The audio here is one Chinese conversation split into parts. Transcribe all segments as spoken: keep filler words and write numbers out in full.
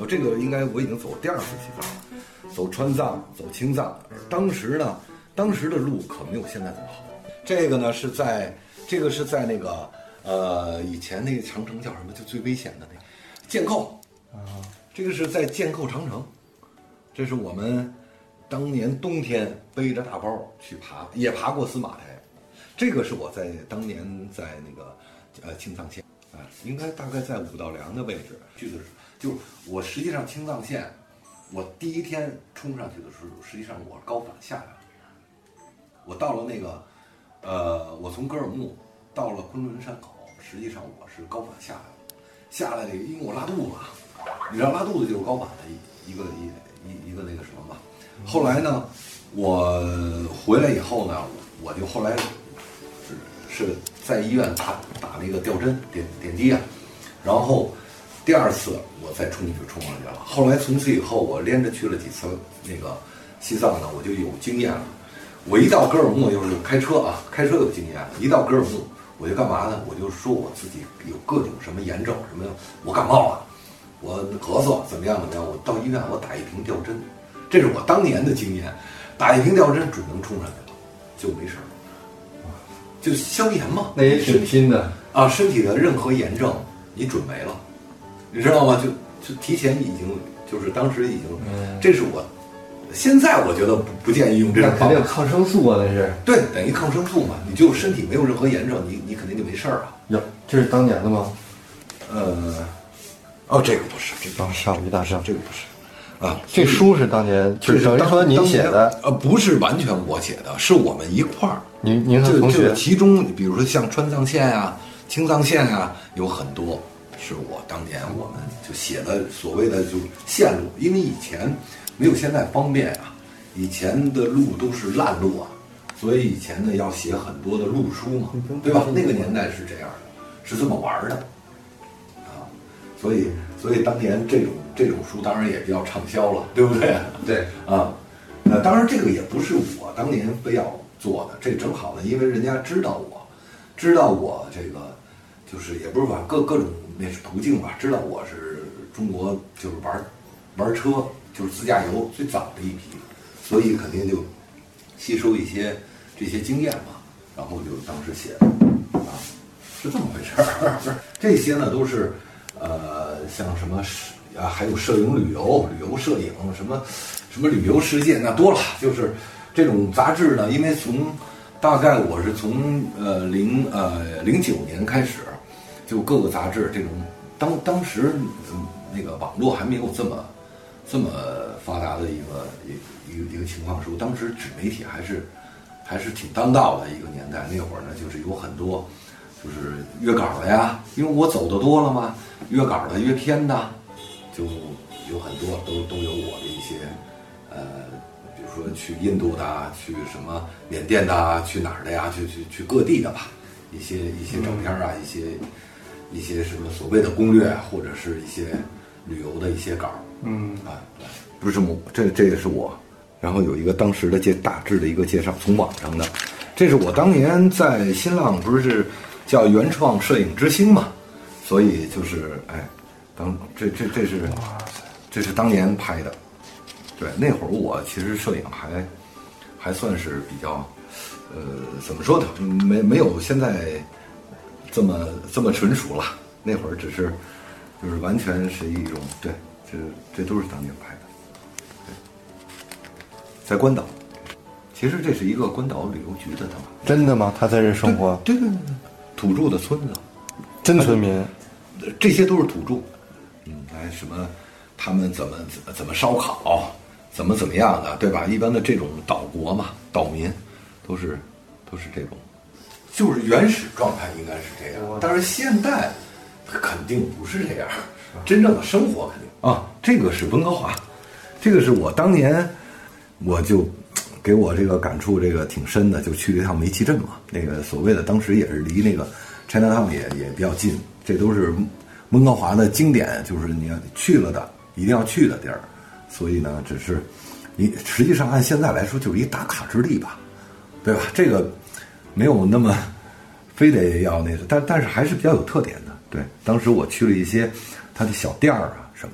呃，这个应该我已经走第二次西藏了，走川藏，走青藏。当时呢，当时的路可没有现在这么好。这个呢是在，这个是在那个呃以前那个长城叫什么？就最危险的那个剑扣啊，这个是在剑扣长城，这是我们当年冬天背着大包去爬，也爬过司马台。这个是我在当年在那个呃青藏线啊，应该大概在五道梁的位置去的时候，就我实际上青藏线，我第一天冲上去的时候，实际上我是高反下来了。我到了那个，呃，我从格尔木到了昆仑山口，实际上我是高反下来了。下来因为我拉肚子，你知道拉肚子就是高反的一一个一一一个那个什么嘛。后来呢，我回来以后呢，我就后来。是在医院打打那个吊针点点滴啊，然后第二次我再冲就冲上去了。后来从此以后，我连着去了几次那个西藏呢，我就有经验了。我一到格尔木就是开车啊，开车有经验了。一到格尔木，我就干嘛呢？我就说我自己有各种什么炎症，什么我感冒了，我咳嗽怎么样怎么样。我到医院我打一瓶吊针，这是我当年的经验。打一瓶吊针准能冲上去了，就没事了。就消炎嘛， 那也挺拼的啊！身体的任何炎症你准没了，你知道吗？就就提前已经就是当时已经，嗯、这是我现在我觉得不不建议用这种方法。 那肯定有抗生素啊，那是对，等于抗生素嘛。你就身体没有任何炎症，你你肯定就没事儿啊。 有，这是当年的吗？ 呃，哦，这个不是，这个吓我一大跳， 这个不是。啊， 这书是当年，就是等于说您写的， 呃，不是完全我写的，是我们一块儿。 您您和同学， 就其中，比如说像川藏线啊、青藏线啊，有很多是我当年我们就写的所谓的就线路，因为以前没有现在方便啊，以前的路都是烂路啊，所以以前呢要写很多的路书嘛，对吧？那个年代是这样的，是这么玩的啊，所以所以当年这种这种书当然也比较畅销了，对不对？ 对啊，呃，当然这个也不是我当年非要做的，这正好呢，因为人家知道我，知道我这个就是也不是把各各种那是途径吧，知道我是中国就是玩玩车就是自驾游最早的一批，所以肯定就吸收一些这些经验嘛，然后就当时写的啊，是这么回事儿。这些呢都是呃像什么啊，还有摄影旅游、旅游摄影什么什么旅游世界那多了，就是这种杂志呢，因为从大概我是从呃零呃零九年开始，就各个杂志这种当当时、嗯、那个网络还没有这么这么发达的一个一一个一个情况时候，当时纸媒体还是还是挺当道的一个年代。那会儿呢，就是有很多就是约稿的呀，因为我走的多了嘛，约稿的、约片的，就有很多都都有我的一些呃。比如说去印度的，去什么缅甸的，去哪儿的呀？去去去各地的吧，一些一些照片啊，一些一些什么所谓的攻略，或者是一些旅游的一些稿，嗯啊，不是我，这这也是我，然后有一个当时的介大致的一个介绍，从网上的，这是我当年在新浪不是叫原创摄影之星嘛，所以就是哎，当这这这是这是当年拍的。对，那会儿我其实摄影还还算是比较，呃，怎么说呢？没没有现在这么这么纯熟了。那会儿只是就是完全是一种对，这这都是当年拍的。对，在关岛，其实这是一个关岛旅游局的，他们真的吗？他在这生活？ 对对对对，土著的村子， 真村民， 这些都是土著。嗯，来什么？他们怎么怎么烧烤？怎么怎么样的，对吧？一般的这种岛国嘛，岛民都是都是这种，就是原始状态应该是这样。但是现在肯定不是这样，真正的生活肯定啊。这个是温哥华，这个是我当年我就给我这个感触这个挺深的，就去了一趟煤气镇嘛。那个所谓的当时也是离那个 Chinatown 也也比较近，这都是温哥华的经典，就是你要去了的一定要去的地儿。所以呢，只是你实际上按现在来说就是一打卡之地吧，对吧？这个没有那么非得要那个，但但是还是比较有特点的。对，当时我去了一些它的小店儿啊什么的，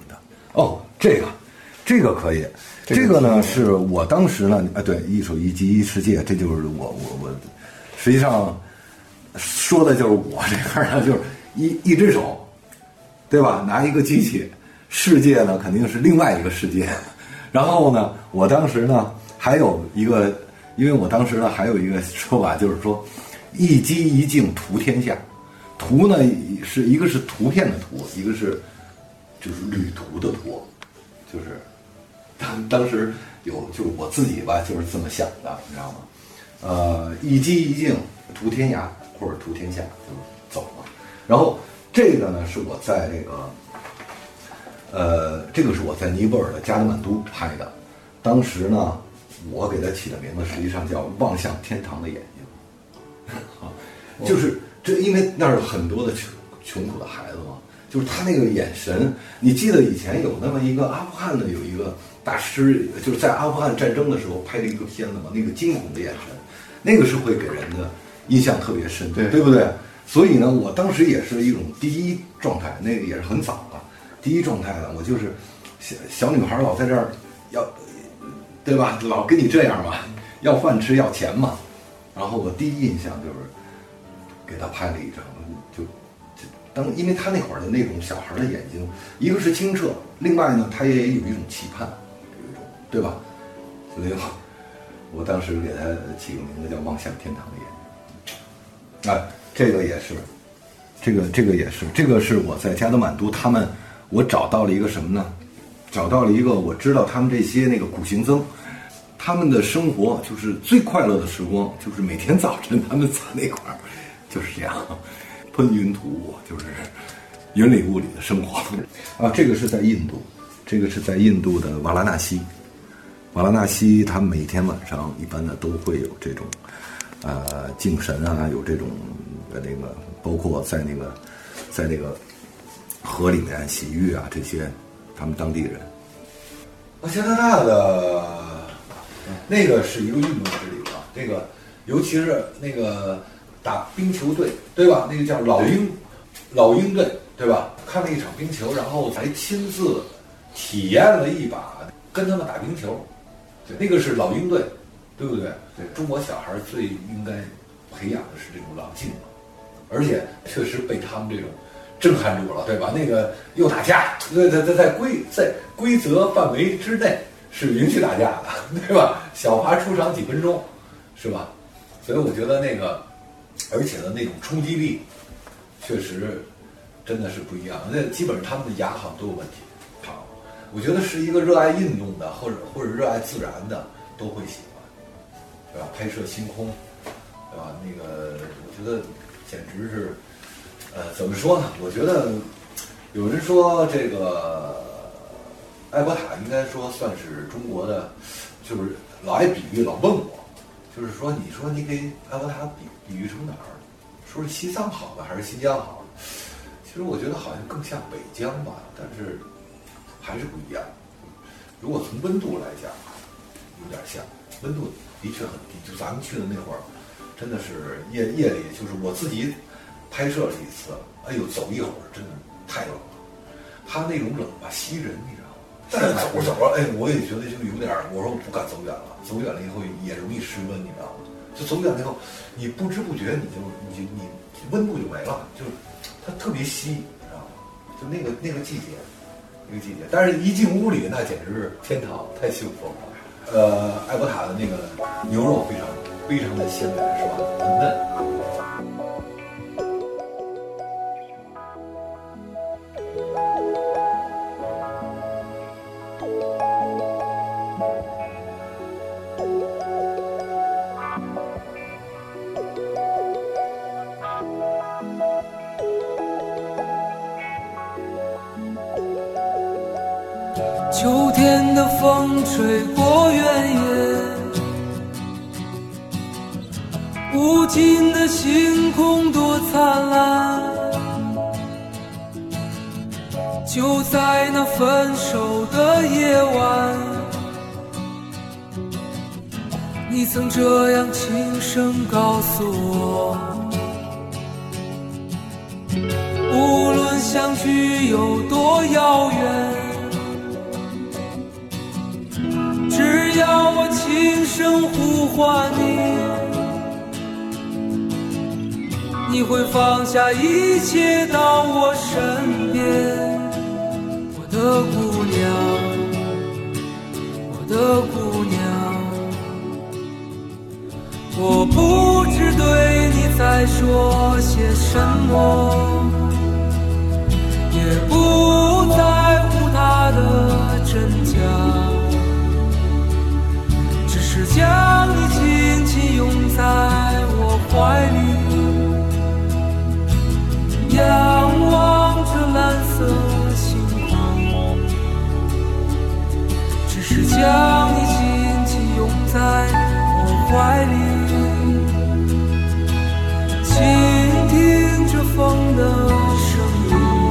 哦，这个，这个可以，这个、这个呢是我当时呢，啊，对，一手一机一世界，这就是我我我，实际上说的就是我这样的，就是一一只手，对吧？拿一个机器，世界呢肯定是另外一个世界。然后呢，我当时呢还有一个，因为我当时呢还有一个说法，就是说一机一镜图天下。图呢是一个是图片的图，一个是就是旅途的图，就是当当时有就是我自己吧，就是这么想的，你知道吗？呃，一机一镜图天涯或者图天下就走了。然后这个呢是我在这个呃，这个是我在尼泊尔的加德满都拍的。当时呢，我给它起的名字实际上叫“望向天堂的眼睛”，就是这，因为那儿有很多的穷穷苦的孩子嘛，就是他那个眼神，你记得以前有那么一个阿富汗的有一个大师，就是在阿富汗战争的时候拍的一个片子嘛，那个惊恐的眼神，那个是会给人的印象特别深，对对不对？所以呢，我当时也是一种第一状态，那个也是很早了。第一状态呢，我就是小小女孩老在这儿要，对吧？老跟你这样嘛，要饭吃要钱嘛。然后我第一印象就是给她拍了一张，就就当因为她那会儿的那种小孩的眼睛，一个是清澈，另外呢，她也有一种期盼，有一种对吧？所以我当时给她起个名字叫“望向天堂的眼睛”。哎，这个也是，这个这个也是，这个是我在加德满都他们。我找到了一个什么呢？找到了一个我知道他们这些那个苦行僧，他们的生活就是最快乐的时光，就是每天早晨他们在那块儿就是这样喷云吐雾，就是云里雾里的生活啊。这个是在印度，这个是在印度的瓦拉纳西。瓦拉纳西，他每天晚上一般的都会有这种呃敬神啊，有这种呃那个，包括在那个在那个。河里面洗浴啊，这些他们当地人。啊，加拿大的那个是一个运动之旅啊，这个尤其是那个打冰球队，对吧？那个叫老鹰老鹰队，对吧？看了一场冰球，然后才亲自体验了一把跟他们打冰球。对，那个是老鹰队，对不对？对，中国小孩最应该培养的是这种冷静，而且确实被他们这种。震撼住了，对吧？那个又打架，在在在规在规则范围之内是允许打架的，对吧？小罚出场几分钟，是吧？所以我觉得那个，而且呢，那种冲击力，确实真的是不一样。那基本上他们的牙好像都有问题。好，我觉得是一个热爱运动的，或者或者热爱自然的都会喜欢，对吧？拍摄星空，对吧？那个我觉得简直是。呃，怎么说呢？我觉得有人说这个艾伯塔应该说算是中国的，就是老爱比喻，老问我，就是说，你说你给艾伯塔比比喻成哪儿？说是西藏好呢，还是新疆好呢？其实我觉得好像更像北疆吧，但是还是不一样。如果从温度来讲，有点像，温度的确很低。就咱们去的那会儿，真的是夜夜里，就是我自己。拍摄了一次，哎呦，走一会儿真的太冷了。他那种冷吧，吸人，你知道吗？但是走着走着，哎，我也觉得就有点，我说我不敢走远了，走远了以后也容易失温，你知道吗？就走远了以后，你不知不觉你就你就你温度就没了，就是它特别稀，你知道吗？就那个那个季节，那个季节，但是一进屋里那简直是天堂，太幸福了。呃，艾伯塔的那个牛肉非常非常的鲜美，是吧？很嫩。 秋天的风吹过原野，无尽的星空多灿烂。就在那分手的夜晚，你曾这样轻声告诉我，无论相距有多遥远， 唤你，你会放下一切到我身边，我的姑娘，我的姑娘。我不知对你在说些什么，也不在乎它的真假，只是将你紧紧拥在我怀里，仰望着蓝色星空，只是将你紧紧拥在我怀里，倾听着风的声音，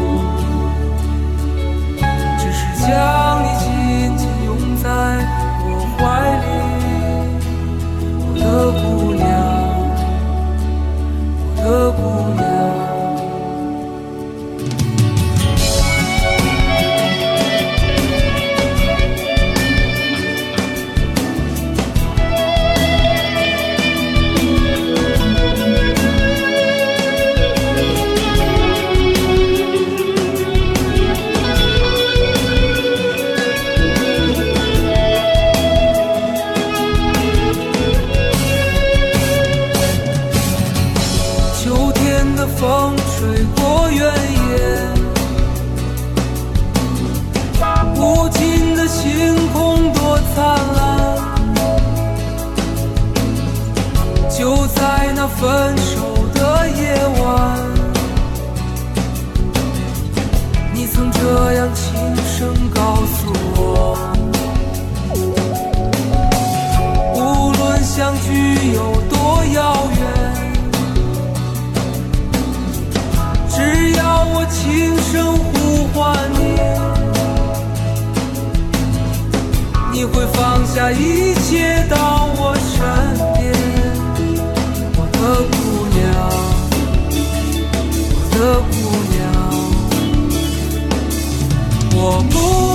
只是将你紧紧拥在我怀里，我的姑娘，我的姑娘。风吹过原野，无尽的星空多灿烂，就在那分手的夜晚，你曾这样轻声告诉我，无论相聚有多遥远，只要我轻声呼唤你，你会放下一切到我身边，我的姑娘，我的姑娘。我不